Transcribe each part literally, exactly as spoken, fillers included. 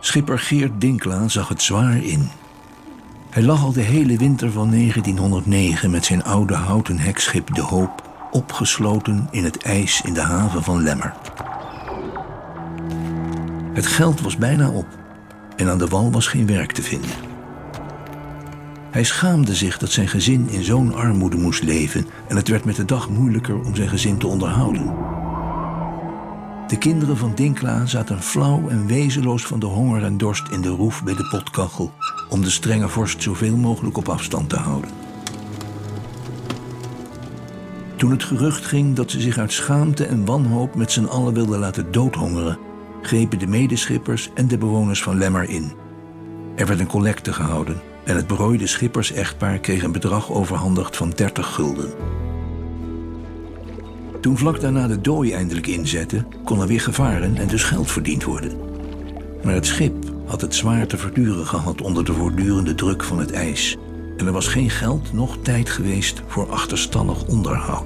Schipper Geert Dinkla zag het zwaar in. Hij lag al de hele winter van negentienhonderdnegen met zijn oude houten hekschip De Hoop opgesloten in het ijs in de haven van Lemmer. Het geld was bijna op en aan de wal was geen werk te vinden. Hij schaamde zich dat zijn gezin in zo'n armoede moest leven en het werd met de dag moeilijker om zijn gezin te onderhouden. De kinderen van Dinkla zaten flauw en wezenloos van de honger en dorst in de roef bij de potkachel om de strenge vorst zoveel mogelijk op afstand te houden. Toen het gerucht ging dat ze zich uit schaamte en wanhoop met z'n allen wilden laten doodhongeren, grepen de medeschippers en de bewoners van Lemmer in. Er werd een collecte gehouden en het berooide schippersechtpaar kreeg een bedrag overhandigd van dertig gulden. Toen vlak daarna de dooi eindelijk inzette, kon er weer gevaren en dus geld verdiend worden. Maar het schip had het zwaar te verduren gehad onder de voortdurende druk van het ijs. En er was geen geld noch tijd geweest voor achterstallig onderhoud.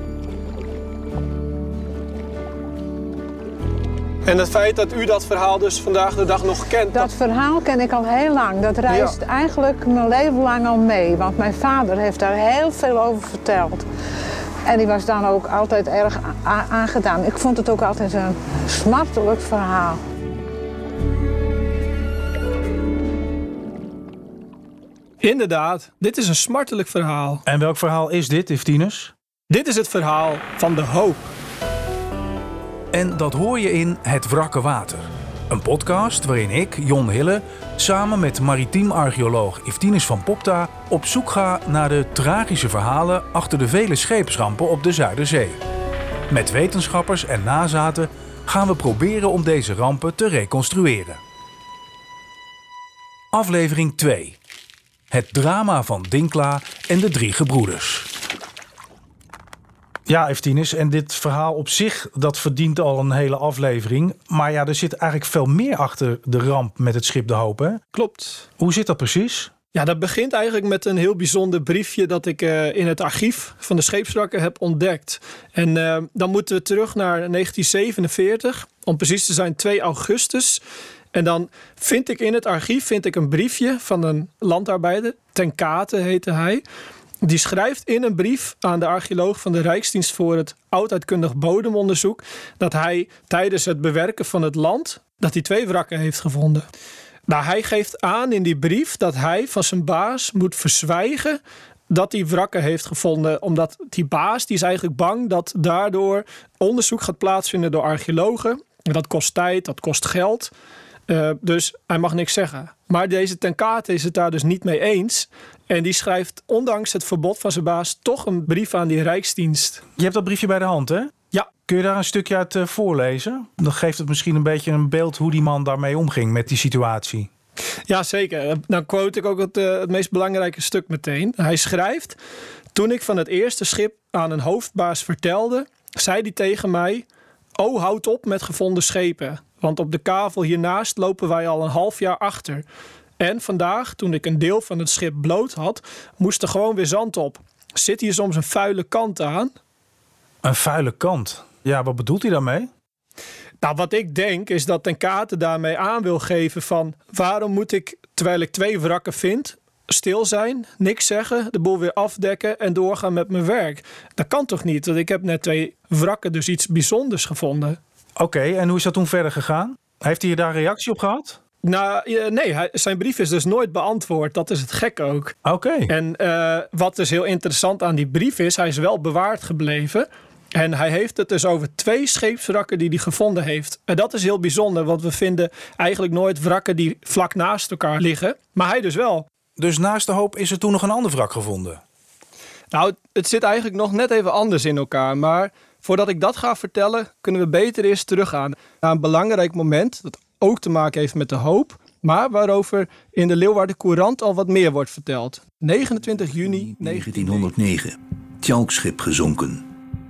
En het feit dat u dat verhaal dus vandaag de dag nog kent... Dat verhaal ken ik al heel lang. Dat reist ja. eigenlijk mijn leven lang al mee. Want mijn vader heeft daar heel veel over verteld. En die was dan ook altijd erg a- aangedaan. Ik vond het ook altijd een smartelijk verhaal. Inderdaad, dit is een smartelijk verhaal. En welk verhaal is dit, Eftines? Dit is het verhaal van De Hoop. En dat hoor je in Het Wrakke Water. Een podcast waarin ik, Jon Hille, samen met maritiem archeoloog Eftines van Popta op zoek ga naar de tragische verhalen achter de vele scheepsrampen op de Zuiderzee. Met wetenschappers en nazaten gaan we proberen om deze rampen te reconstrueren. Aflevering twee. Het drama van Dinkla en de drie gebroeders. Ja, Eftines, en dit verhaal op zich, dat verdient al een hele aflevering. Maar ja, er zit eigenlijk veel meer achter de ramp met het schip De Hoop, hè? Klopt. Hoe zit dat precies? Ja, dat begint eigenlijk met een heel bijzonder briefje dat ik uh, in het archief van de scheepswrakken heb ontdekt. En uh, dan moeten we terug naar negentien zevenenveertig, om precies te zijn twee augustus. En dan vind ik in het archief vind ik een briefje van een landarbeider, Ten Kate heette hij. Die schrijft in een brief aan de archeoloog van de Rijksdienst voor het Oudheidkundig Bodemonderzoek dat hij tijdens het bewerken van het land dat hij twee wrakken heeft gevonden. Nou, hij geeft aan in die brief dat hij van zijn baas moet verzwijgen dat hij wrakken heeft gevonden. Omdat die baas die is eigenlijk bang dat daardoor onderzoek gaat plaatsvinden door archeologen. Dat kost tijd, dat kost geld. Uh, dus hij mag niks zeggen. Maar deze Ten Kate is het daar dus niet mee eens. En die schrijft, ondanks het verbod van zijn baas, toch een brief aan die Rijksdienst. Je hebt dat briefje bij de hand, hè? Ja. Kun je daar een stukje uit uh, voorlezen? Dan geeft het misschien een beetje een beeld hoe die man daarmee omging met die situatie. Ja, zeker. Dan quote ik ook het, uh, het meest belangrijke stuk meteen. Hij schrijft, toen ik van het eerste schip aan een hoofdbaas vertelde, zei hij tegen mij, oh, houd op met gevonden schepen. Want op de kavel hiernaast lopen wij al een half jaar achter. En vandaag, toen ik een deel van het schip bloot had, moest er gewoon weer zand op. Zit hier soms een vuile kant aan? Een vuile kant? Ja, wat bedoelt hij daarmee? Nou, wat ik denk is dat Ten Kate daarmee aan wil geven van, waarom moet ik, terwijl ik twee wrakken vind, stil zijn, niks zeggen, de boel weer afdekken en doorgaan met mijn werk? Dat kan toch niet? Want ik heb net twee wrakken dus iets bijzonders gevonden. Oké, okay, en hoe is dat toen verder gegaan? Heeft hij daar reactie op gehad? Nou, nee, hij, zijn brief is dus nooit beantwoord. Dat is het gek ook. Oké. Okay. En uh, wat dus heel interessant aan die brief is, hij is wel bewaard gebleven. En hij heeft het dus over twee scheepswrakken die hij gevonden heeft. En dat is heel bijzonder, want we vinden eigenlijk nooit wrakken die vlak naast elkaar liggen. Maar hij dus wel. Dus naast De Hoop is er toen nog een ander wrak gevonden? Nou, het zit eigenlijk nog net even anders in elkaar. Maar voordat ik dat ga vertellen, kunnen we beter eerst teruggaan naar een belangrijk moment dat ook te maken heeft met De Hoop, maar waarover in de Leeuwarden Courant al wat meer wordt verteld. negenentwintig juni negentienhonderdnegen. Tjalkschip gezonken.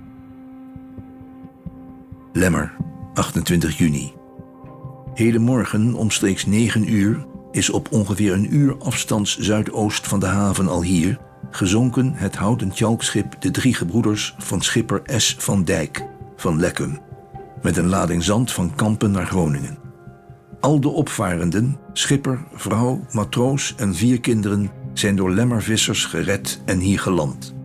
Lemmer, achtentwintig juni. Hedenmorgen omstreeks negen uur is op ongeveer een uur afstands zuidoost van de haven Alhier gezonken het houten tjalkschip De Drie Gebroeders van schipper S. van Dijk van Lekkum met een lading zand van Kampen naar Groningen. Al de opvarenden, schipper, vrouw, matroos en vier kinderen zijn door lemmervissers gered en hier geland.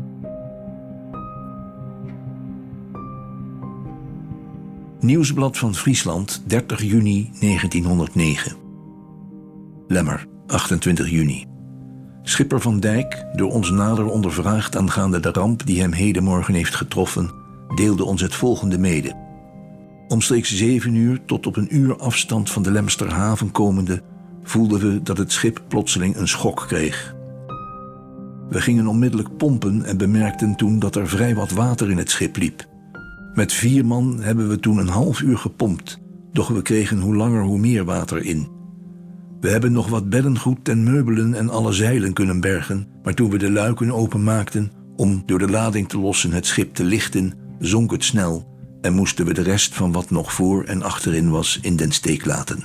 Nieuwsblad van Friesland, dertig juni negentienhonderdnegen. Lemmer, achtentwintig juni. Schipper Van Dijk, door ons nader ondervraagd aangaande de ramp die hem hedenmorgen heeft getroffen, deelde ons het volgende mede. Omstreeks zeven uur tot op een uur afstand van de Lemsterhaven komende, voelden we dat het schip plotseling een schok kreeg. We gingen onmiddellijk pompen en bemerkten toen dat er vrij wat water in het schip liep. Met vier man hebben we toen een half uur gepompt, doch we kregen hoe langer hoe meer water in. We hebben nog wat beddengoed en meubelen en alle zeilen kunnen bergen, maar toen we de luiken openmaakten om door de lading te lossen het schip te lichten, zonk het snel en moesten we de rest van wat nog voor en achterin was in den steek laten.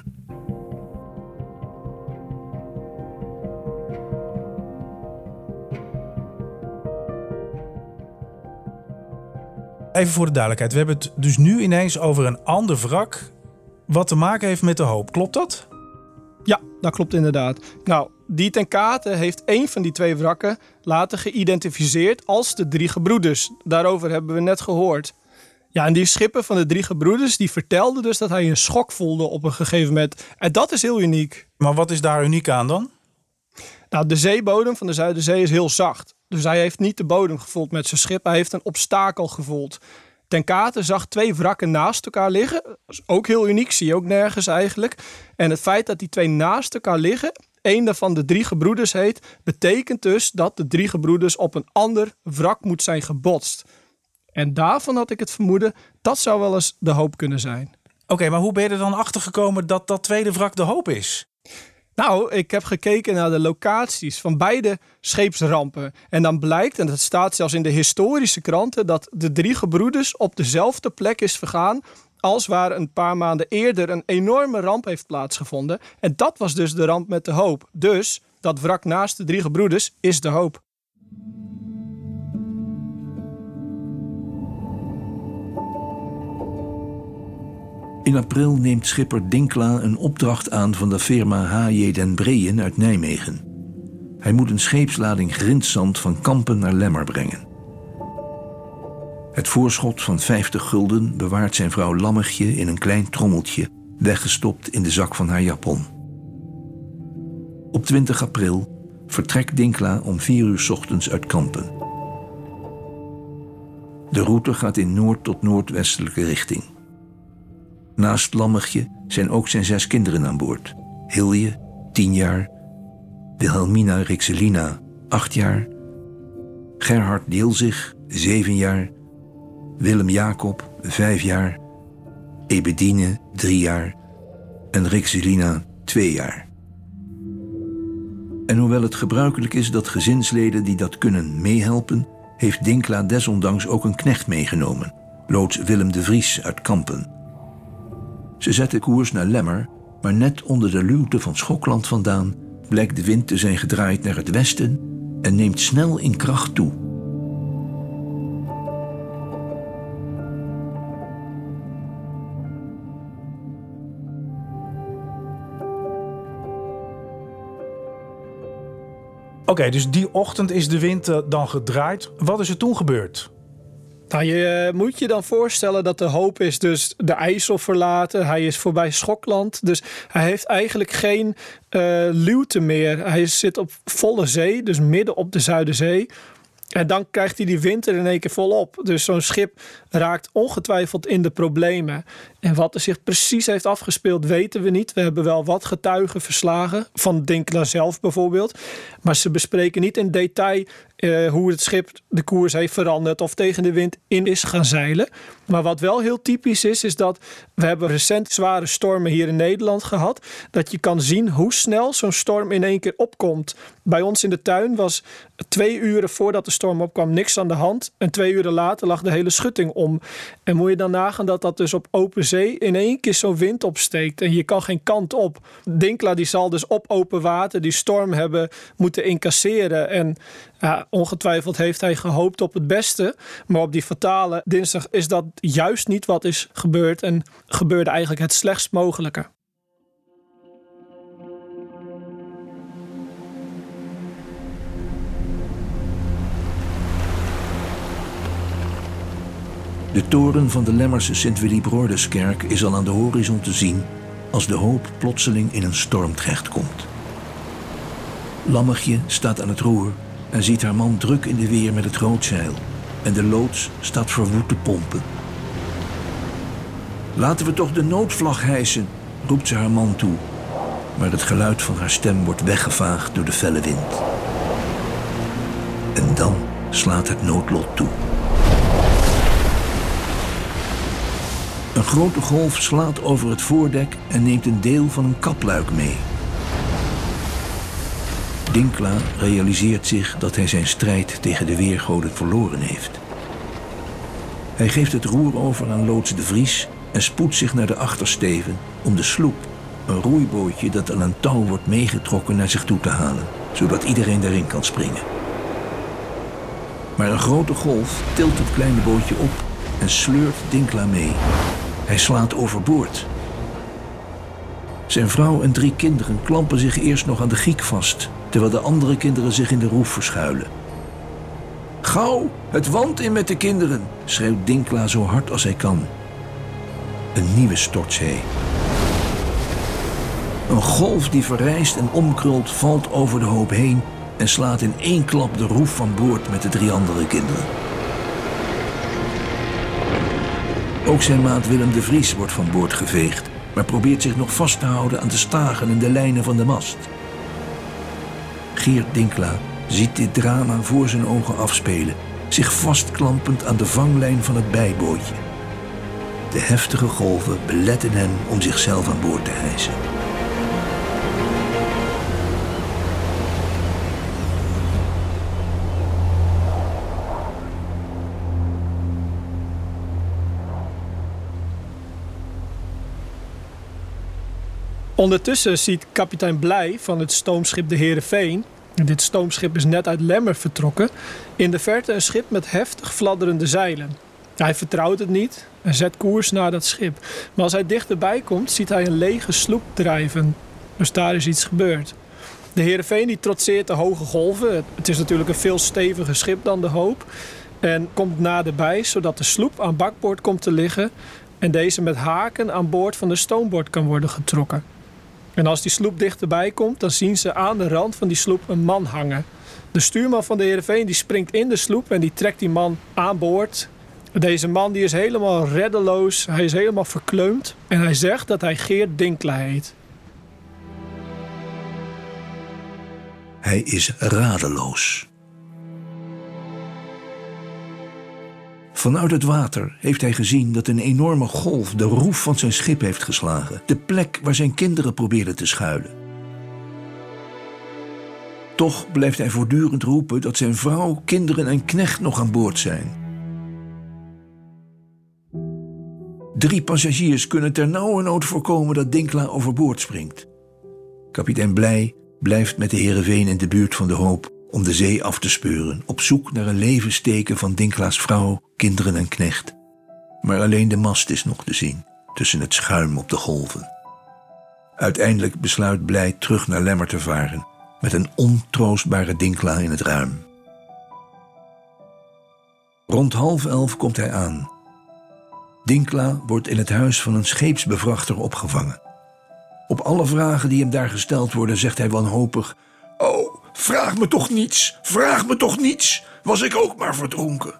Even voor de duidelijkheid, we hebben het dus nu ineens over een ander wrak wat te maken heeft met de Hoop. Klopt dat? Ja, dat klopt inderdaad. Nou, die ten Kate heeft één van die twee wrakken later geïdentificeerd als de Drie Gebroeders. Daarover hebben we net gehoord. Ja, en die schipper van de Drie Gebroeders die vertelde dus dat hij een schok voelde op een gegeven moment. En dat is heel uniek. Maar wat is daar uniek aan dan? Nou, de zeebodem van de Zuiderzee is heel zacht. Dus hij heeft niet de bodem gevoeld met zijn schip. Hij heeft een obstakel gevoeld. Ten Kate zag twee wrakken naast elkaar liggen. Dat is ook heel uniek, zie je ook nergens eigenlijk. En het feit dat die twee naast elkaar liggen, één daarvan de Drie Gebroeders heet, betekent dus dat de Drie Gebroeders op een ander wrak moet zijn gebotst. En daarvan had ik het vermoeden, dat zou wel eens de Hoop kunnen zijn. Oké, okay, maar hoe ben je er dan achter gekomen dat dat tweede wrak de Hoop is? Nou, ik heb gekeken naar de locaties van beide scheepsrampen. En dan blijkt, en dat staat zelfs in de historische kranten, dat de Drie Gebroeders op dezelfde plek is vergaan als waar een paar maanden eerder een enorme ramp heeft plaatsgevonden. En dat was dus de ramp met de Hoop. Dus dat wrak naast de Drie Gebroeders is de Hoop. In april neemt schipper Dinkla een opdracht aan van de firma H J den Breeën uit Nijmegen. Hij moet een scheepslading grindzand van Kampen naar Lemmer brengen. Het voorschot van vijftig gulden bewaart zijn vrouw Lammigje in een klein trommeltje, weggestopt in de zak van haar japon. Op twintig april vertrekt Dinkla om vier uur 's ochtends uit Kampen. De route gaat in noord- tot noordwestelijke richting. Naast Lammigje zijn ook zijn zes kinderen aan boord. Hilje, tien jaar. Wilhelmina Rixelina, acht jaar. Gerhard Dielzig, zeven jaar. Willem Jacob, vijf jaar. Ebedine, drie jaar. En Rixelina, twee jaar. En hoewel het gebruikelijk is dat gezinsleden die dat kunnen meehelpen, heeft Dinkla desondanks ook een knecht meegenomen. Loods Willem de Vries uit Kampen. Ze zetten koers naar Lemmer, maar net onder de luwte van Schokland vandaan blijkt de wind te zijn gedraaid naar het westen en neemt snel in kracht toe. Oké, okay, dus die ochtend is de wind uh, dan gedraaid. Wat is er toen gebeurd? Nou, je uh, moet je dan voorstellen dat de Hoop is dus de IJssel verlaten. Hij is voorbij Schokland. Dus hij heeft eigenlijk geen uh, luwte meer. Hij zit op volle zee, dus midden op de Zuiderzee. En dan krijgt hij die winter in één keer volop. Dus zo'n schip raakt ongetwijfeld in de problemen. En wat er zich precies heeft afgespeeld weten we niet. We hebben wel wat getuigen verslagen. Van Dinkla zelf bijvoorbeeld. Maar ze bespreken niet in detail uh, hoe het schip de koers heeft veranderd. Of tegen de wind in is gaan zeilen. Maar wat wel heel typisch is, is dat we hebben recent zware stormen hier in Nederland gehad. Dat je kan zien hoe snel zo'n storm in één keer opkomt. Bij ons in de tuin was twee uren voordat de storm opkwam niks aan de hand. En twee uren later lag de hele schutting om. En moet je dan nagaan dat dat dus op open zee in één keer zo'n wind opsteekt. En je kan geen kant op. Dinkla die zal dus op open water die storm hebben moeten incasseren. En ja, ongetwijfeld heeft hij gehoopt op het beste. Maar op die fatale dinsdag is dat juist niet wat is gebeurd. En gebeurde eigenlijk het slechtst mogelijke. De toren van de Lemmerse Sint-Willibrorduskerk is al aan de horizon te zien als de hoop plotseling in een storm terechtkomt. Lammetje staat aan het roer en ziet haar man druk in de weer met het roodzeil. En de loods staat verwoed te pompen. Laten we toch de noodvlag hijsen, roept ze haar man toe. Maar het geluid van haar stem wordt weggevaagd door de felle wind. En dan slaat het noodlot toe. Een grote golf slaat over het voordek en neemt een deel van een kapluik mee. Dinkla realiseert zich dat hij zijn strijd tegen de weergoden verloren heeft. Hij geeft het roer over aan loods de Vries en spoedt zich naar de achtersteven om de sloep, een roeibootje dat aan een touw wordt meegetrokken, naar zich toe te halen, zodat iedereen daarin kan springen. Maar een grote golf tilt het kleine bootje op en sleurt Dinkla mee. Hij slaat overboord. Zijn vrouw en drie kinderen klampen zich eerst nog aan de giek vast, terwijl de andere kinderen zich in de roef verschuilen. Gauw, het wand in met de kinderen, schreeuwt Dinkla zo hard als hij kan. Een nieuwe stortzee. Een golf die verrijst en omkrult valt over de hoop heen en slaat in één klap de roef van boord met de drie andere kinderen. Ook zijn maat Willem de Vries wordt van boord geveegd, maar probeert zich nog vast te houden aan de stagen en de lijnen van de mast. Geert Dinkla ziet dit drama voor zijn ogen afspelen, zich vastklampend aan de vanglijn van het bijbootje. De heftige golven beletten hem om zichzelf aan boord te hijsen. Ondertussen ziet kapitein Blij van het stoomschip de Heerenveen, en dit stoomschip is net uit Lemmer vertrokken, in de verte een schip met heftig fladderende zeilen. Hij vertrouwt het niet en zet koers naar dat schip. Maar als hij dichterbij komt, ziet hij een lege sloep drijven. Dus daar is iets gebeurd. De Heerenveen die trotseert de hoge golven. Het is natuurlijk een veel steviger schip dan de Hoop. En komt naderbij, zodat de sloep aan bakboord komt te liggen en deze met haken aan boord van de stoomboot kan worden getrokken. En als die sloep dichterbij komt, dan zien ze aan de rand van die sloep een man hangen. De stuurman van de Heerenveen die springt in de sloep en die trekt die man aan boord. Deze man die is helemaal reddeloos, hij is helemaal verkleumd en hij zegt dat hij Geert Dinkla heet. Hij is radeloos. Vanuit het water heeft hij gezien dat een enorme golf de roef van zijn schip heeft geslagen. De plek waar zijn kinderen probeerden te schuilen. Toch blijft hij voortdurend roepen dat zijn vrouw, kinderen en knecht nog aan boord zijn. Drie passagiers kunnen ternauwernood voorkomen dat Dinkla overboord springt. Kapitein Blij blijft met de Heerenveen in de buurt van de Hoop om de zee af te speuren, op zoek naar een levensteken van Dinkla's vrouw, kinderen en knecht. Maar alleen de mast is nog te zien, tussen het schuim op de golven. Uiteindelijk besluit Blij terug naar Lemmer te varen, met een ontroostbare Dinkla in het ruim. Rond half elf komt hij aan. Dinkla wordt in het huis van een scheepsbevrachter opgevangen. Op alle vragen die hem daar gesteld worden, zegt hij wanhopig: "Oh, vraag me toch niets, vraag me toch niets, was ik ook maar verdronken."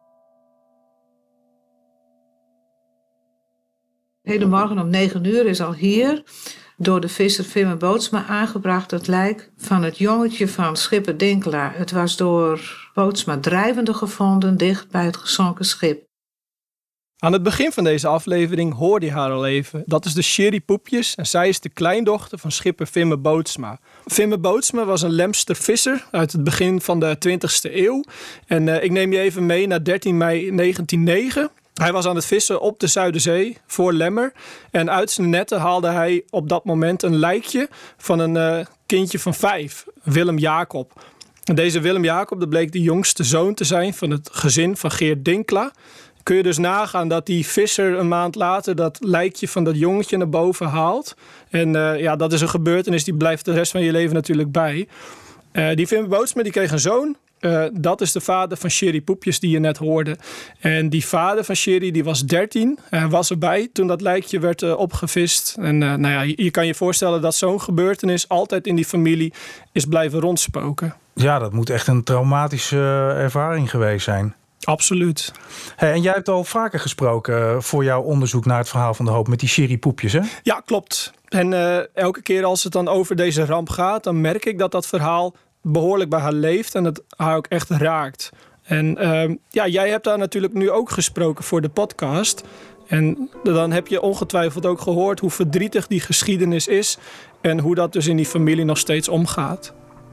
Hedenmorgen om negen uur is al hier door de visser Vimme Bootsma aangebracht het lijk van het jongetje van schipper Dinkla. Het was door Bootsma drijvende gevonden dicht bij het gezonken schip. Aan het begin van deze aflevering hoorde je haar al even. Dat is de Sherry Poepjes en zij is de kleindochter van schipper Vimme Bootsma. Vimme Bootsma was een Lemster visser uit het begin van de twintigste eeuw. En uh, ik neem je even mee naar dertien mei negentien nul negen. Hij was aan het vissen op de Zuiderzee voor Lemmer. En uit zijn netten haalde hij op dat moment een lijkje van een uh, kindje van vijf, Willem Jacob. En deze Willem Jacob dat bleek de jongste zoon te zijn van het gezin van Geert Dinkla. Kun je dus nagaan dat die visser een maand later dat lijkje van dat jongetje naar boven haalt. En uh, ja, dat is een gebeurtenis die blijft de rest van je leven natuurlijk bij. Uh, die Vimme Bootsma die kreeg een zoon Uh, dat is de vader van Sherry Poepjes die je net hoorde. En die vader van Sherry die was dertien. Hij was erbij toen dat lijkje werd uh, opgevist. En uh, nou ja, je, je kan je voorstellen dat zo'n gebeurtenis altijd in die familie is blijven rondspoken. Ja, dat moet echt een traumatische uh, ervaring geweest zijn. Absoluut. Hey, en jij hebt al vaker gesproken voor jouw onderzoek naar het verhaal van de hoop met die Sherry Poepjes, hè? Ja, klopt. En uh, elke keer als het dan over deze ramp gaat, dan merk ik dat dat verhaal behoorlijk bij haar leeft en het haar ook echt raakt. En uh, ja, jij hebt daar natuurlijk nu ook gesproken voor de podcast. En dan heb je ongetwijfeld ook gehoord hoe verdrietig die geschiedenis is en hoe dat dus in die familie nog steeds omgaat.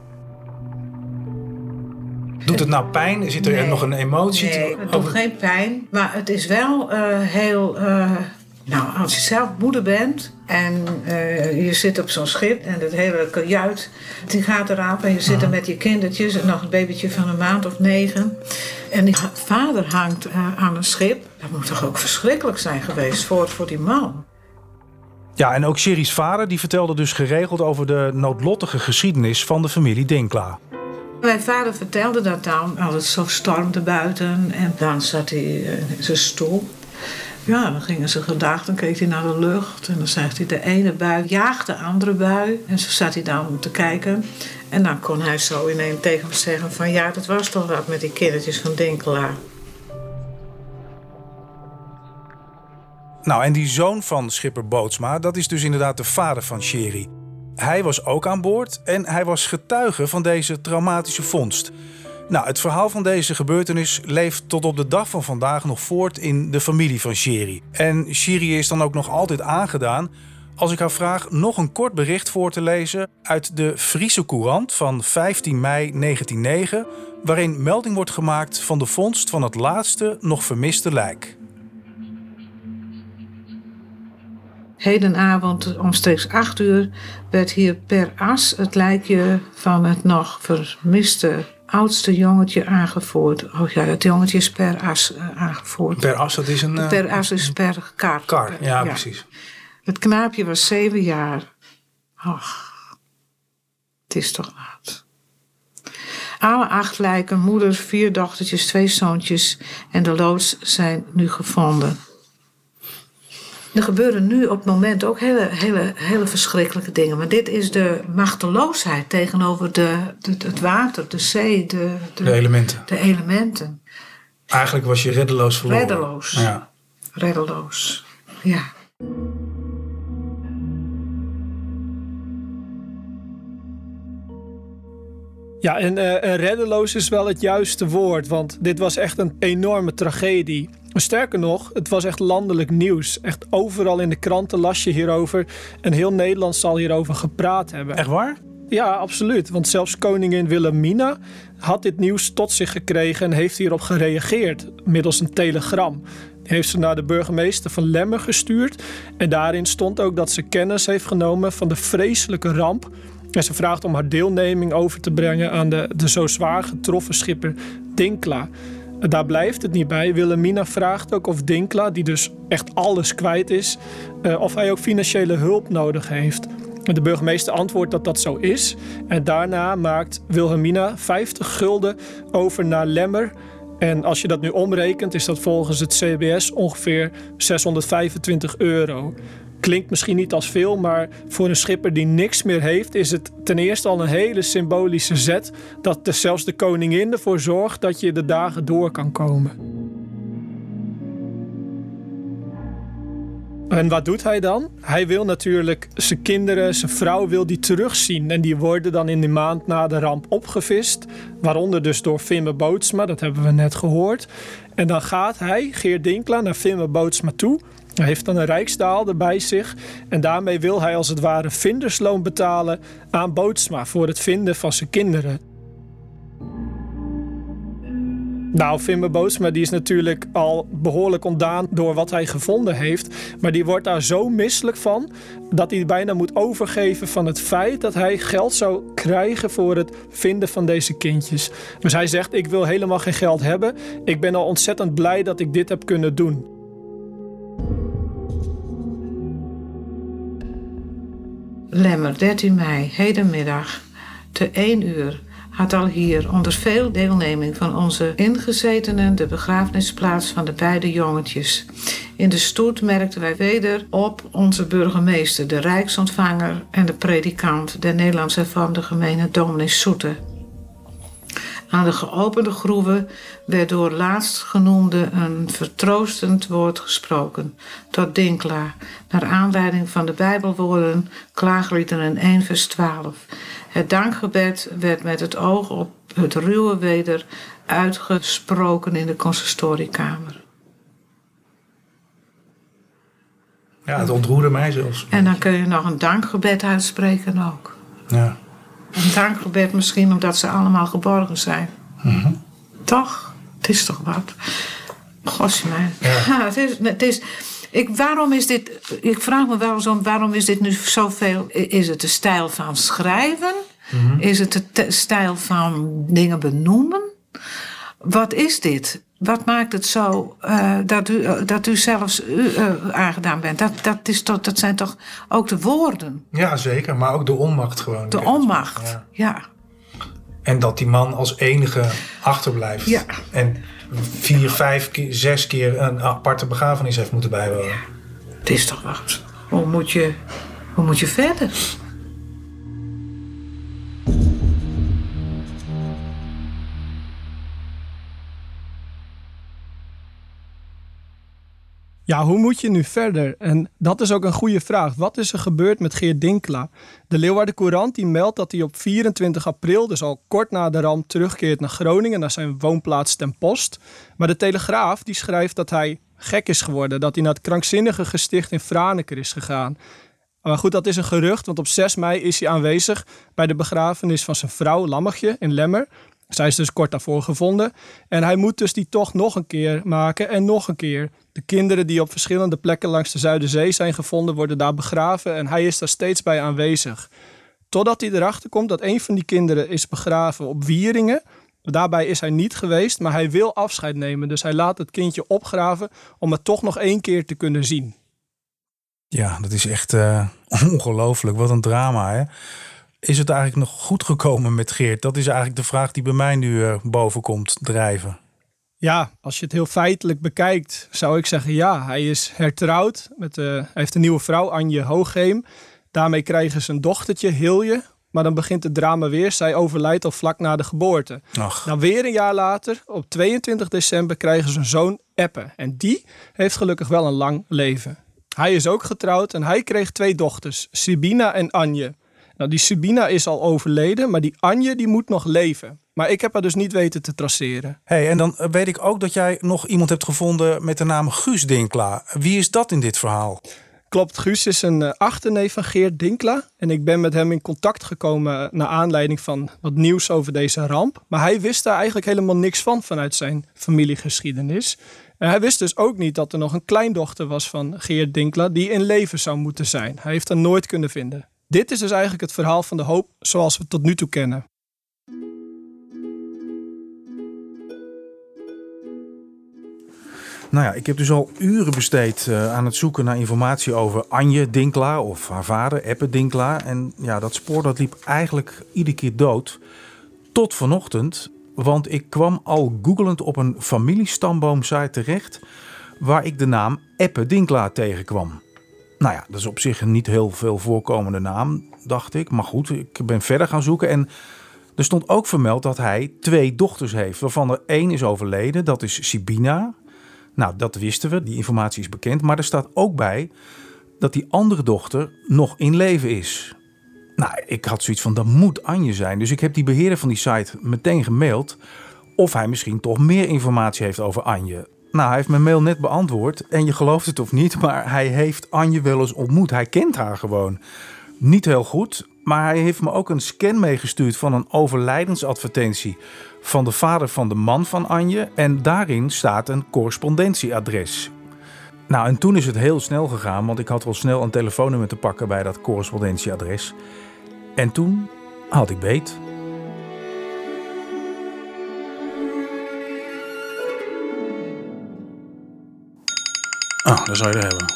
Doet het nou pijn? Zit er nee, nog een emotie? Nee, het doet geen pijn. Maar het is wel uh, heel... Uh, nou, als je zelf moeder bent en uh, je zit op zo'n schip en het hele kajuit die gaat eraf en je zit er met je kindertjes en nog een babytje van een maand of negen. En die vader hangt uh, aan een schip. Dat moet toch ook verschrikkelijk zijn geweest voor, voor die man. Ja, en ook Sherry's vader die vertelde dus geregeld over de noodlottige geschiedenis van de familie Dinkla. Mijn vader vertelde dat dan, als het zo stormde buiten en dan zat hij in zijn stoel. Ja, dan gingen ze gedag, dan keek hij naar de lucht en dan zegt hij de ene bui jaagt de andere bui. En zo zat hij dan te kijken en dan kon hij zo ineens tegen me zeggen van ja, dat was toch wat met die kindertjes van Dinkela. Nou, en die zoon van schipper Bootsma, dat is dus inderdaad de vader van Sherry. Hij was ook aan boord en hij was getuige van deze traumatische vondst. Nou, het verhaal van deze gebeurtenis leeft tot op de dag van vandaag nog voort in de familie van Sherry. En Sherry is dan ook nog altijd aangedaan als ik haar vraag nog een kort bericht voor te lezen uit de Friese Courant van vijftien mei negentien nul negen, waarin melding wordt gemaakt van de vondst van het laatste nog vermiste lijk. Hedenavond omstreeks acht uur werd hier per as het lijkje van het nog vermiste oudste jongetje aangevoerd. Oh ja, dat jongetje is per as uh, aangevoerd. Per as, dat is een... Uh, per as is per kar. Kar, ja, ja, precies. Het knaapje was zeven jaar. Ach, het is toch laat. Alle acht lijken, moeder, vier dochtertjes, twee zoontjes en de loods zijn nu gevonden. Er gebeuren nu op het moment ook hele, hele, hele verschrikkelijke dingen. Maar dit is de machteloosheid tegenover de, de, het water, de zee, de, de, de elementen. De elementen. Eigenlijk was je reddeloos verloren. Reddeloos. Ja. Reddeloos, ja. Ja, en uh, reddeloos is wel het juiste woord, want dit was echt een enorme tragedie. Sterker nog, het was echt landelijk nieuws. Echt overal in de kranten las je hierover en heel Nederland zal hierover gepraat hebben. Echt waar? Ja, absoluut. Want zelfs koningin Wilhelmina had dit nieuws tot zich gekregen en heeft hierop gereageerd middels een telegram. Die heeft ze naar de burgemeester van Lemmer gestuurd en daarin stond ook dat ze kennis heeft genomen van de vreselijke ramp. En ze vraagt om haar deelneming over te brengen aan de, de zo zwaar getroffen schipper Dinkla. Daar blijft het niet bij. Wilhelmina vraagt ook of Dinkla, die dus echt alles kwijt is, uh, of hij ook financiële hulp nodig heeft. De burgemeester antwoordt dat dat zo is. En daarna maakt Wilhelmina vijftig gulden over naar Lemmer. En als je dat nu omrekent, is dat volgens het C B S ongeveer zeshonderdvijfentwintig euro. Klinkt misschien niet als veel, maar voor een schipper die niks meer heeft, is het ten eerste al een hele symbolische zet dat de, zelfs de koningin ervoor zorgt dat je de dagen door kan komen. En wat doet hij dan? Hij wil natuurlijk zijn kinderen, zijn vrouw wil die terugzien. En die worden dan in de maand na de ramp opgevist. Waaronder dus door Fimme Bootsma, dat hebben we net gehoord. En dan gaat hij, Geert Dinkla, naar Fimme Bootsma toe. Hij heeft dan een rijksdaalder bij zich. En daarmee wil hij als het ware vindersloon betalen aan Bootsma voor het vinden van zijn kinderen. Nou, Fimme Bootsma die is natuurlijk al behoorlijk ontdaan door wat hij gevonden heeft. Maar die wordt daar zo misselijk van dat hij bijna moet overgeven van het feit dat hij geld zou krijgen voor het vinden van deze kindjes. Dus hij zegt, ik wil helemaal geen geld hebben. Ik ben al ontzettend blij dat ik dit heb kunnen doen. Lemmer, dertien mei, hedenmiddag, te één uur, had al hier onder veel deelneming van onze ingezetenen de begrafenisplaats van de beide jongetjes. In de stoet merkten wij weder op onze burgemeester, de rijksontvanger en de predikant der Nederlands hervormde gemeente dominee Soete. Aan de geopende groeven werd door laatstgenoemde een vertroostend woord gesproken tot Dinkla, naar aanleiding van de Bijbelwoorden Klaagliederen één vers twaalf. Het dankgebed werd met het oog op het ruwe weder uitgesproken in de consistoriekamer. Ja, het ontroerde mij zelfs. En dan kun je nog een dankgebed uitspreken ook. Ja. Een dankgebed misschien omdat ze allemaal geborgen zijn. Mm-hmm. Toch? Het is toch wat? Godsmijn. Ja. Ja, het is, het is, ik, waarom is dit... Ik vraag me wel eens om, waarom is dit nu zoveel... Is het de stijl van schrijven? Mm-hmm. Is het de te, stijl van dingen benoemen? Wat is dit? Wat maakt het zo uh, dat, u, uh, dat u zelfs uh, uh, aangedaan bent? Dat, dat, is toch, dat zijn toch ook de woorden? Ja, zeker. Maar ook de onmacht gewoon. De onmacht, ja. ja. En dat die man als enige achterblijft. Ja. En vier, vijf, zes keer een aparte begrafenis heeft moeten bijwonen. Ja. Het is toch wat. Hoe moet je, hoe moet je verder? Ja, hoe moet je nu verder? En dat is ook een goede vraag. Wat is er gebeurd met Geert Dinkla? De Leeuwarden Courant die meldt dat hij op vierentwintig april, dus al kort na de ramp, terugkeert naar Groningen, naar zijn woonplaats Ten Post. Maar de Telegraaf die schrijft dat hij gek is geworden, dat hij naar het krankzinnige gesticht in Franeker is gegaan. Maar goed, dat is een gerucht, want op zes mei is hij aanwezig bij de begrafenis van zijn vrouw Lammetje in Lemmer. Zij is dus kort daarvoor gevonden. En hij moet dus die tocht nog een keer maken en nog een keer. De kinderen die op verschillende plekken langs de Zuiderzee zijn gevonden, worden daar begraven en hij is daar steeds bij aanwezig. Totdat hij erachter komt dat een van die kinderen is begraven op Wieringen. Daarbij is hij niet geweest, maar hij wil afscheid nemen. Dus hij laat het kindje opgraven om het toch nog één keer te kunnen zien. Ja, dat is echt uh, ongelooflijk. Wat een drama, hè? Is het eigenlijk nog goed gekomen met Geert? Dat is eigenlijk de vraag die bij mij nu uh, boven komt drijven. Ja, als je het heel feitelijk bekijkt, zou ik zeggen ja. Hij is hertrouwd. Met, uh, hij heeft een nieuwe vrouw, Anje Hoogheem. Daarmee krijgen ze een dochtertje, Hilje. Maar dan begint het drama weer. Zij overlijdt al vlak na de geboorte. Ach. Nou, weer een jaar later, op tweeëntwintig december, krijgen ze een zoon, Eppe. En die heeft gelukkig wel een lang leven. Hij is ook getrouwd en hij kreeg twee dochters, Sabina en Anje. Nou, die Sabina is al overleden, maar die Anje die moet nog leven. Maar ik heb haar dus niet weten te traceren. Hey, en dan weet ik ook dat jij nog iemand hebt gevonden met de naam Guus Dinkla. Wie is dat in dit verhaal? Klopt, Guus is een uh, achterneef van Geert Dinkla. En ik ben met hem in contact gekomen naar aanleiding van wat nieuws over deze ramp. Maar hij wist daar eigenlijk helemaal niks van vanuit zijn familiegeschiedenis. En hij wist dus ook niet dat er nog een kleindochter was van Geert Dinkla die in leven zou moeten zijn. Hij heeft haar nooit kunnen vinden. Dit is dus eigenlijk het verhaal van de hoop zoals we het tot nu toe kennen. Nou ja, ik heb dus al uren besteed uh, aan het zoeken naar informatie over Anje Dinkla of haar vader, Eppe Dinkla. En ja, dat spoor dat liep eigenlijk iedere keer dood. Tot vanochtend, want ik kwam al googelend op een familiestamboomsite terecht waar ik de naam Eppe Dinkla tegenkwam. Nou ja, dat is op zich een niet heel veel voorkomende naam, dacht ik. Maar goed, ik ben verder gaan zoeken en er stond ook vermeld dat hij twee dochters heeft, waarvan er één is overleden, dat is Sabina. Nou, dat wisten we, die informatie is bekend. Maar er staat ook bij dat die andere dochter nog in leven is. Nou, ik had zoiets van, dat moet Anje zijn. Dus ik heb die beheerder van die site meteen gemaild of hij misschien toch meer informatie heeft over Anje. Nou, hij heeft mijn mail net beantwoord. En je gelooft het of niet, maar hij heeft Anje wel eens ontmoet. Hij kent haar gewoon. Niet heel goed, maar hij heeft me ook een scan meegestuurd van een overlijdensadvertentie van de vader van de man van Anje. En daarin staat een correspondentieadres. Nou, en toen is het heel snel gegaan, want ik had wel snel een telefoonnummer te pakken bij dat correspondentieadres. En toen had ik beet. Ah, daar zou je er hebben.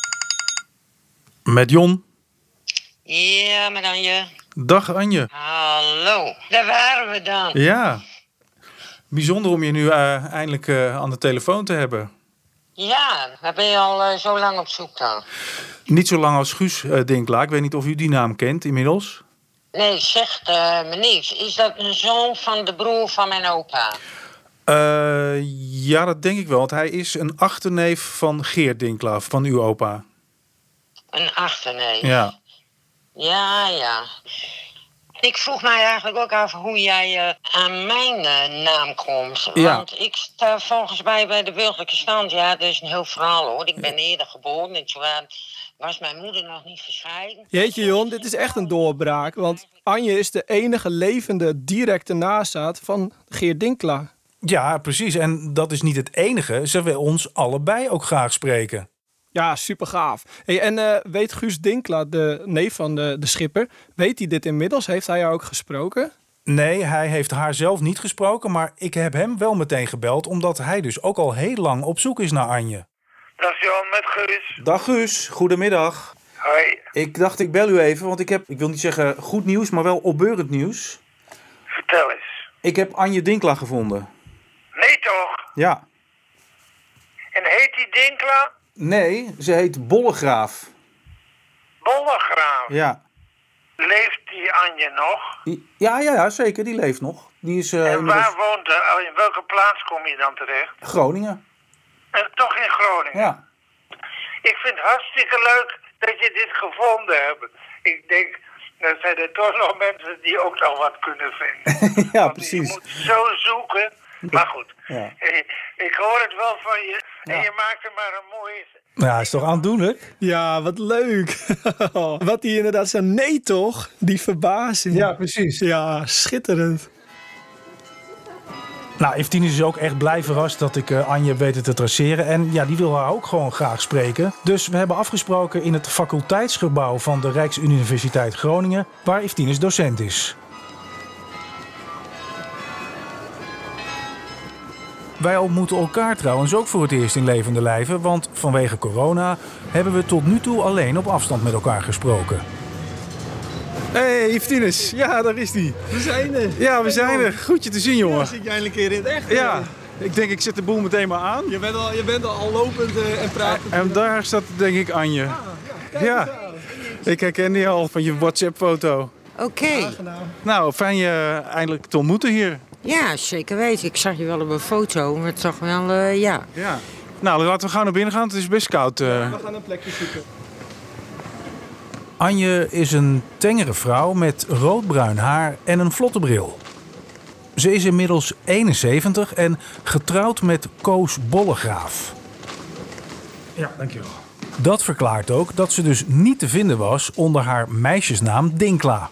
Met Jon. Ja, met Anje. Dag Anje. hallo. Daar waren we dan. Ja. Bijzonder om je nu uh, eindelijk uh, aan de telefoon te hebben. Ja, daar ben je al uh, zo lang op zoek dan. Niet zo lang als Guus uh, Dinklaar. Ik weet niet of u die naam kent inmiddels. Nee, zegt uh, me niks. Is dat een zoon van de broer van mijn opa? Uh, ja, dat denk ik wel. Want hij is een achterneef van Geert Dinklaar, van uw opa. Een achterneef? Ja. Ja, ja. Ik vroeg mij eigenlijk ook af hoe jij uh, aan mijn uh, naam komt. Ja. Want ik sta volgens mij bij de burgerlijke stand. Ja, dat is een heel verhaal hoor. Ik ben eerder geboren en toen was mijn moeder nog niet gescheiden. Jeetje Jon, dit is echt een doorbraak. Want Anje is de enige levende directe nazaat van Geert Dinklaar. Ja, precies. En dat is niet het enige. Ze wil ons allebei ook graag spreken. Ja, super gaaf. Hey, en uh, weet Guus Dinklaar, de neef van de, de schipper, weet hij dit inmiddels? Heeft hij haar ook gesproken? Nee, hij heeft haar zelf niet gesproken, maar ik heb hem wel meteen gebeld, omdat hij dus ook al heel lang op zoek is naar Anje. Dag Jan, met Guus. Dag Guus, goedemiddag. Hoi. Ik dacht ik bel u even, want ik heb, ik wil niet zeggen goed nieuws, maar wel opbeurend nieuws. Vertel eens. Ik heb Anje Dinklaar gevonden. Nee toch? Ja. En heet die Dinklaar? Nee, ze heet Bollegraaf. Bollegraaf? Ja. Leeft die Anje nog? Ja, ja, ja, zeker, die leeft nog. Die is, uh, en inmiddels... waar woont ze? In welke plaats kom je dan terecht? Groningen. En toch in Groningen? Ja. Ik vind het hartstikke leuk dat je dit gevonden hebt. Ik denk, dat zijn er toch nog mensen die ook nog wat kunnen vinden. Ja, want precies. Je moet zo zoeken. Maar goed, Ja. ik hoor het wel van je. En Ja. je maakt er maar een mooie... Ja, is toch aandoenlijk? Ja, wat leuk. Wat hij inderdaad zei, nee toch? Die verbazing. Ja, precies. Ja, schitterend. Nou, Eftine is ook echt blij verrast dat ik uh, Anje heb weten te traceren. En ja, die wil haar ook gewoon graag spreken. Dus we hebben afgesproken in het faculteitsgebouw van de Rijksuniversiteit Groningen, waar Eftine docent is. Wij ontmoeten elkaar trouwens ook voor het eerst in levende lijven, want vanwege corona hebben we tot nu toe alleen op afstand met elkaar gesproken. Hey, Eftines. Ja, daar is die. We zijn er. Ja, we zijn er. Goed je te zien, jongen. Ja, zit je eindelijk een keer in het echt. Ja, ik denk ik zet de boel meteen maar aan. Je bent al, je bent al lopend uh, en pratend. En daar staat denk ik Anje. Ah, ja, kijk Ja. eens aan. Ik herken die al van je WhatsApp-foto. Oké, okay. Nou, fijn je eindelijk te ontmoeten hier. Ja, zeker weten. Ik zag je wel op een foto, maar toch wel, uh, ja. Ja. Nou, laten we gauw naar binnen gaan. Het is best koud. Uh. We gaan een plekje zoeken. Anje is een tengere vrouw met roodbruin haar en een vlotte bril. Ze is inmiddels eenenzeventig en getrouwd met Koos Bollegraaf. Ja, dankjewel. Dat verklaart ook dat ze dus niet te vinden was onder haar meisjesnaam Dinklaar.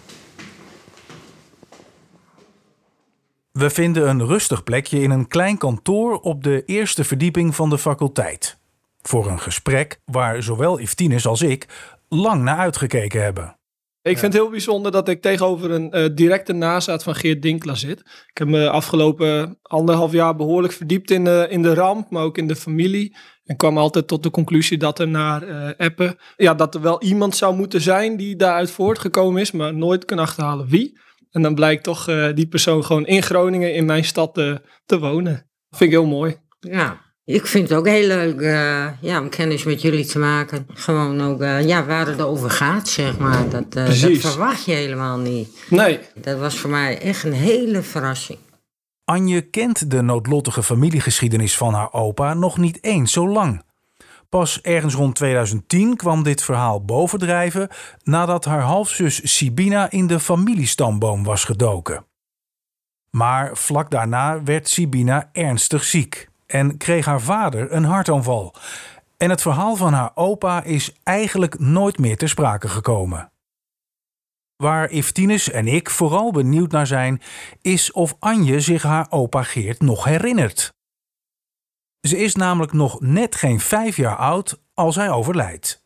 We vinden een rustig plekje in een klein kantoor op de eerste verdieping van de faculteit. Voor een gesprek waar zowel Eftine als ik lang naar uitgekeken hebben. Ik vind het heel bijzonder dat ik tegenover een uh, directe nazaat van Geert Dinklaar zit. Ik heb me afgelopen anderhalf jaar behoorlijk verdiept in, uh, in de ramp, maar ook in de familie. En kwam altijd tot de conclusie dat er naar uh, appen, ja, dat er wel iemand zou moeten zijn die daaruit voortgekomen is, maar nooit kan achterhalen wie. En dan blijkt toch uh, die persoon gewoon in Groningen, in mijn stad, uh, te wonen. Dat vind ik heel mooi. Ja, ik vind het ook heel leuk uh, ja, om kennis met jullie te maken. Gewoon ook uh, ja, waar het over gaat, zeg maar. Dat, uh, dat verwacht je helemaal niet. Nee. Dat was voor mij echt een hele verrassing. Anje kent de noodlottige familiegeschiedenis van haar opa nog niet eens zo lang. Pas ergens rond tweeduizend tien kwam dit verhaal bovendrijven nadat haar halfzus Sibina in de familiestamboom was gedoken. Maar vlak daarna werd Sibina ernstig ziek en kreeg haar vader een hartaanval. En het verhaal van haar opa is eigenlijk nooit meer ter sprake gekomen. Waar Eftines en ik vooral benieuwd naar zijn, is of Anje zich haar opa Geert nog herinnert. Ze is namelijk nog net geen vijf jaar oud als hij overlijdt.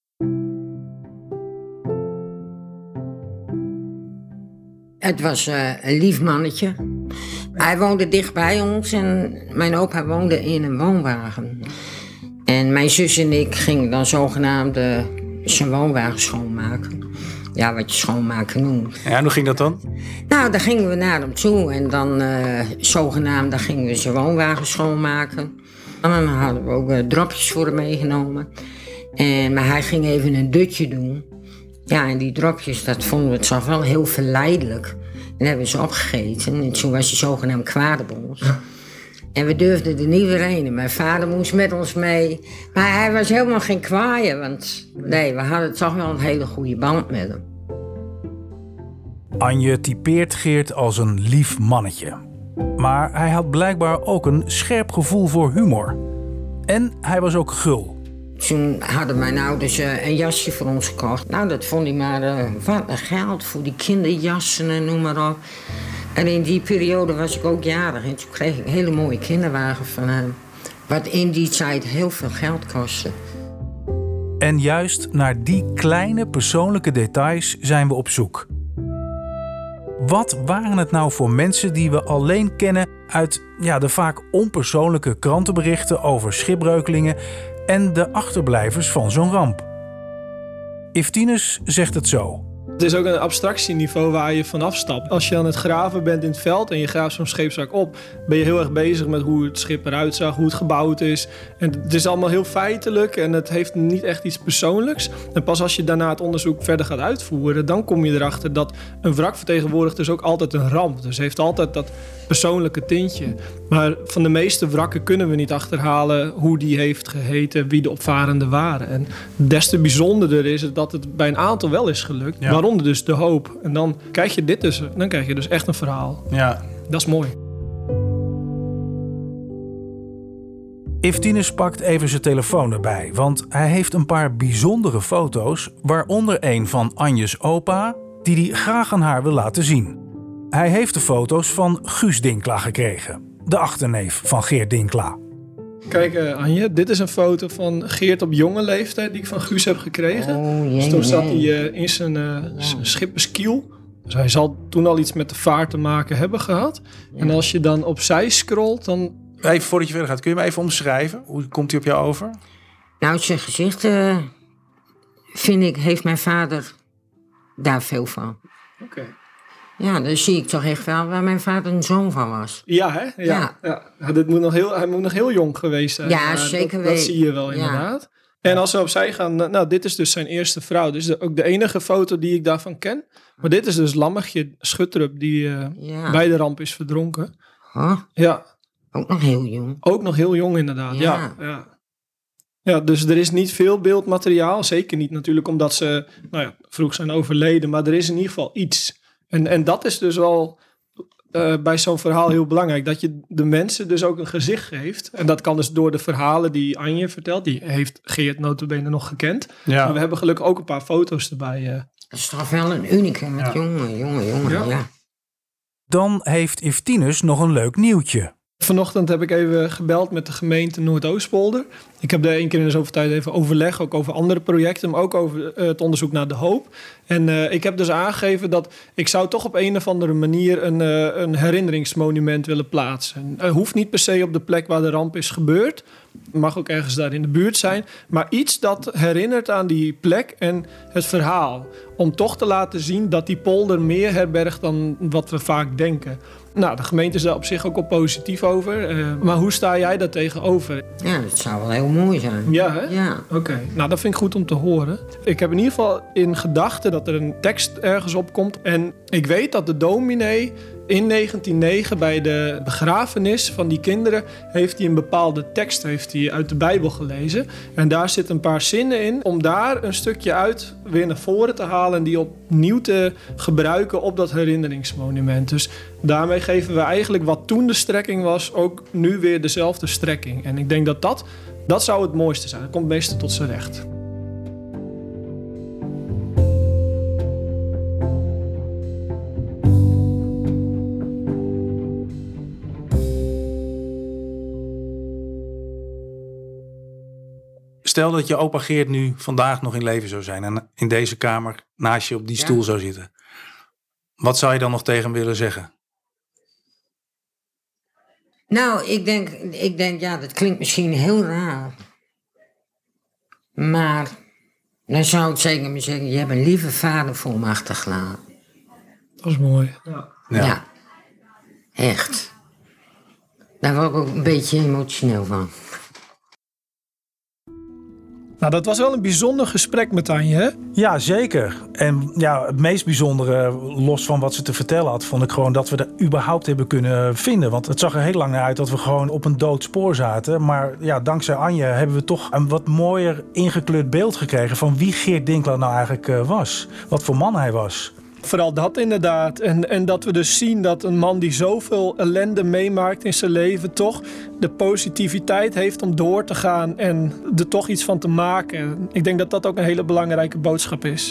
Het was uh, een lief mannetje. Hij woonde dicht bij ons en mijn opa woonde in een woonwagen. En mijn zus en ik gingen dan zogenaamd uh, zijn woonwagen schoonmaken. ja, wat je schoonmaken noemt. Ja, en hoe ging dat dan? Nou, dan gingen we naar hem toe en dan uh, zogenaamd, dan gingen we zijn woonwagen schoonmaken. En dan hadden we ook uh, dropjes voor hem meegenomen. En, maar hij ging even een dutje doen. Ja, en die dropjes, dat vonden we het zelf wel heel verleidelijk. En hebben we ze opgegeten en toen was hij zogenaamd kwaad op ons. En we durfden er niet weer heen. Mijn vader moest met ons mee. Maar hij was helemaal geen kwaaie, want nee, we hadden toch wel een hele goede band met hem. Anje typeert Geert als een lief mannetje. Maar hij had blijkbaar ook een scherp gevoel voor humor. En hij was ook gul. Toen hadden mijn ouders uh, een jasje voor ons gekocht. Nou, dat vond hij maar uh, wat een geld voor die kinderjassen en noem maar op. En in die periode was ik ook jarig en toen kreeg ik een hele mooie kinderwagen van hem. Wat in die tijd heel veel geld kostte. En juist naar die kleine persoonlijke details zijn we op zoek. Wat waren het nou voor mensen die we alleen kennen uit ja, de vaak onpersoonlijke krantenberichten over schipbreukelingen en de achterblijvers van zo'n ramp? Iftinus zegt het zo. Het is ook een abstractieniveau waar je vanaf stapt. Als je aan het graven bent in het veld en je graaft zo'n scheepswrak op, ben je heel erg bezig met hoe het schip eruit zag, hoe het gebouwd is. En het is allemaal heel feitelijk en het heeft niet echt iets persoonlijks. En pas als je daarna het onderzoek verder gaat uitvoeren, dan kom je erachter dat een wrak vertegenwoordigt dus ook altijd een ramp. Dus heeft altijd dat persoonlijke tintje. Maar van de meeste wrakken kunnen we niet achterhalen hoe die heeft geheten, wie de opvarenden waren. En des te bijzonderder is het dat het bij een aantal wel is gelukt. Ja. Waaronder dus de Hoop. En dan krijg je dit dus, dan krijg je dus echt een verhaal. Ja. Dat is mooi. Iftinus pakt even zijn telefoon erbij, want hij heeft een paar bijzondere foto's, waaronder een van Anjes opa, die hij graag aan haar wil laten zien. Hij heeft de foto's van Guus Dinkla gekregen, de achterneef van Geert Dinkla. Kijk uh, Anje, dit is een foto van Geert op jonge leeftijd die ik van Guus heb gekregen. Oh, jee, dus toen zat jee. hij uh, in zijn uh, ja. schipperskiel. Dus hij zal toen al iets met de vaart te maken hebben gehad. Ja. En als je dan opzij scrolt, dan... Even voordat je verder gaat, kun je me even omschrijven? Hoe komt hij op jou over? Nou, zijn gezicht, uh, vind ik, heeft mijn vader daar veel van. Oké. Okay. Ja, dan zie ik toch echt wel waar mijn vader een zoon van was. Ja, hè? Ja. ja. ja. Dit moet nog heel, hij moet nog heel jong geweest zijn. Ja, zeker weten. Dat zie je wel inderdaad. Ja. En als we opzij gaan, nou, dit is dus zijn eerste vrouw. Dus de, ook de enige foto die ik daarvan ken. Maar dit is dus Lammigje Schutterup die uh, ja. bij de ramp is verdronken. Huh? Ja. Ook nog heel jong. Ook nog heel jong inderdaad, ja. ja, ja. Ja, dus er is niet veel beeldmateriaal. Zeker niet natuurlijk omdat ze nou ja, vroeg zijn overleden. Maar er is in ieder geval iets. En, en dat is dus wel uh, bij zo'n verhaal heel belangrijk. Dat je de mensen dus ook een gezicht geeft. En dat kan dus door de verhalen die Anje vertelt. Die heeft Geert nota bene nog gekend. Ja. Maar we hebben gelukkig ook een paar foto's erbij. Uh. Dat is toch wel een unicum met ja. jongen, jongen, jongen. Ja. Ja. Dan heeft Iftinus nog een leuk nieuwtje. Vanochtend heb ik even gebeld met de gemeente Noordoostpolder. Ik heb daar één keer in de zoveel tijd even overleg, ook over andere projecten, maar ook over uh, het onderzoek naar de Hoop. En uh, ik heb dus aangegeven dat ik zou toch op een of andere manier een, uh, een herinneringsmonument willen plaatsen. Het uh, hoeft niet per se op de plek waar de ramp is gebeurd. Het mag ook ergens daar in de buurt zijn. Maar iets dat herinnert aan die plek en het verhaal. Om toch te laten zien dat die polder meer herbergt dan wat we vaak denken. Nou, de gemeente is daar op zich ook al positief over. Uh, maar hoe sta jij daar tegenover? Ja, dat zou wel heel mooi zijn. Ja, hè? Ja. Oké. Okay. Nou, dat vind ik goed om te horen. Ik heb in ieder geval in gedachten dat er een tekst ergens op komt. En ik weet dat de dominee in negentien negen bij de begrafenis van die kinderen heeft hij een bepaalde tekst heeft hij uit de Bijbel gelezen. En daar zitten een paar zinnen in om daar een stukje uit weer naar voren te halen en die opnieuw te gebruiken op dat herinneringsmonument. Dus daarmee geven we eigenlijk wat toen de strekking was ook nu weer dezelfde strekking. En ik denk dat dat, dat zou het mooiste zijn. Dat komt meestal tot zijn recht. Stel dat je opa Geert nu vandaag nog in leven zou zijn en in deze kamer naast je op die ja. stoel zou zitten. Wat zou je dan nog tegen hem willen zeggen? Nou, ik denk, ik denk, ja, dat klinkt misschien heel raar. Maar Dan zou ik zeker maar zeggen, je hebt een lieve vader voor me achtergelaten. Dat is mooi. Ja. ja. Echt. Daar word ik ook een beetje emotioneel van. Nou, dat was wel een bijzonder gesprek met Anje, hè? Ja, zeker. En ja, het meest bijzondere, los van wat ze te vertellen had, vond ik gewoon dat we er überhaupt hebben kunnen vinden. Want het zag er heel lang naar uit dat we gewoon op een dood spoor zaten. Maar ja, dankzij Anje hebben we toch een wat mooier ingekleurd beeld gekregen van wie Geert Dinklaar nou eigenlijk uh, was. Wat voor man hij was. Vooral dat inderdaad. En, en dat we dus zien dat een man die zoveel ellende meemaakt in zijn leven toch de positiviteit heeft om door te gaan en er toch iets van te maken. Ik denk dat dat ook een hele belangrijke boodschap is.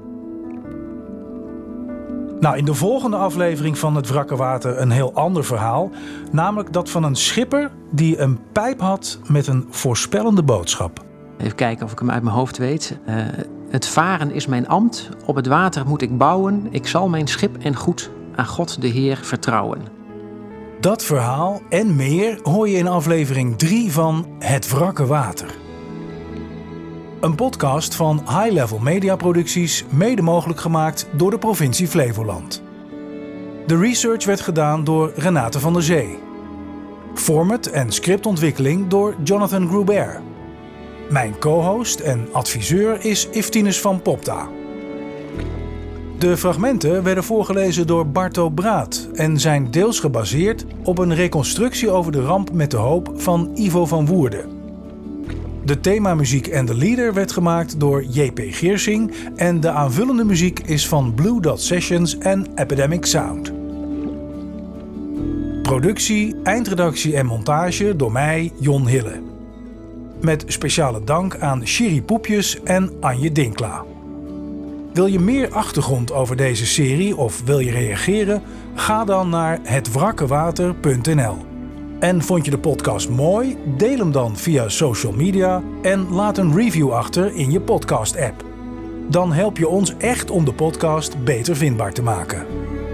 Nou, in de volgende aflevering van Het Wrakke Water een heel ander verhaal. Namelijk dat van een schipper die een pijp had met een voorspellende boodschap. Even kijken of ik hem uit mijn hoofd weet. Uh, het varen is mijn ambt, op het water moet ik bouwen. Ik zal mijn schip en goed aan God de Heer vertrouwen. Dat verhaal en meer hoor je in aflevering drie van Het Wrakke Water. Een podcast van High Level Media Producties, mede mogelijk gemaakt door de provincie Flevoland. De research werd gedaan door Renate van der Zee. Format en scriptontwikkeling door Jonathan Gruber. Mijn co-host en adviseur is Iftinus van Popta. De fragmenten werden voorgelezen door Barto Braat en zijn deels gebaseerd op een reconstructie over de ramp met de hoop van Ivo van Woerden. De themamuziek en de leader werd gemaakt door J P Geersing en de aanvullende muziek is van Blue Dot Sessions en Epidemic Sound. Productie, eindredactie en montage door mij, Jon Hille. Met speciale dank aan Shiri Poepjes en Anje Dinklaar. Wil je meer achtergrond over deze serie of wil je reageren? Ga dan naar het wrakke water punt n l. En vond je de podcast mooi? Deel hem dan via social media en laat een review achter in je podcast-app. Dan help je ons echt om de podcast beter vindbaar te maken.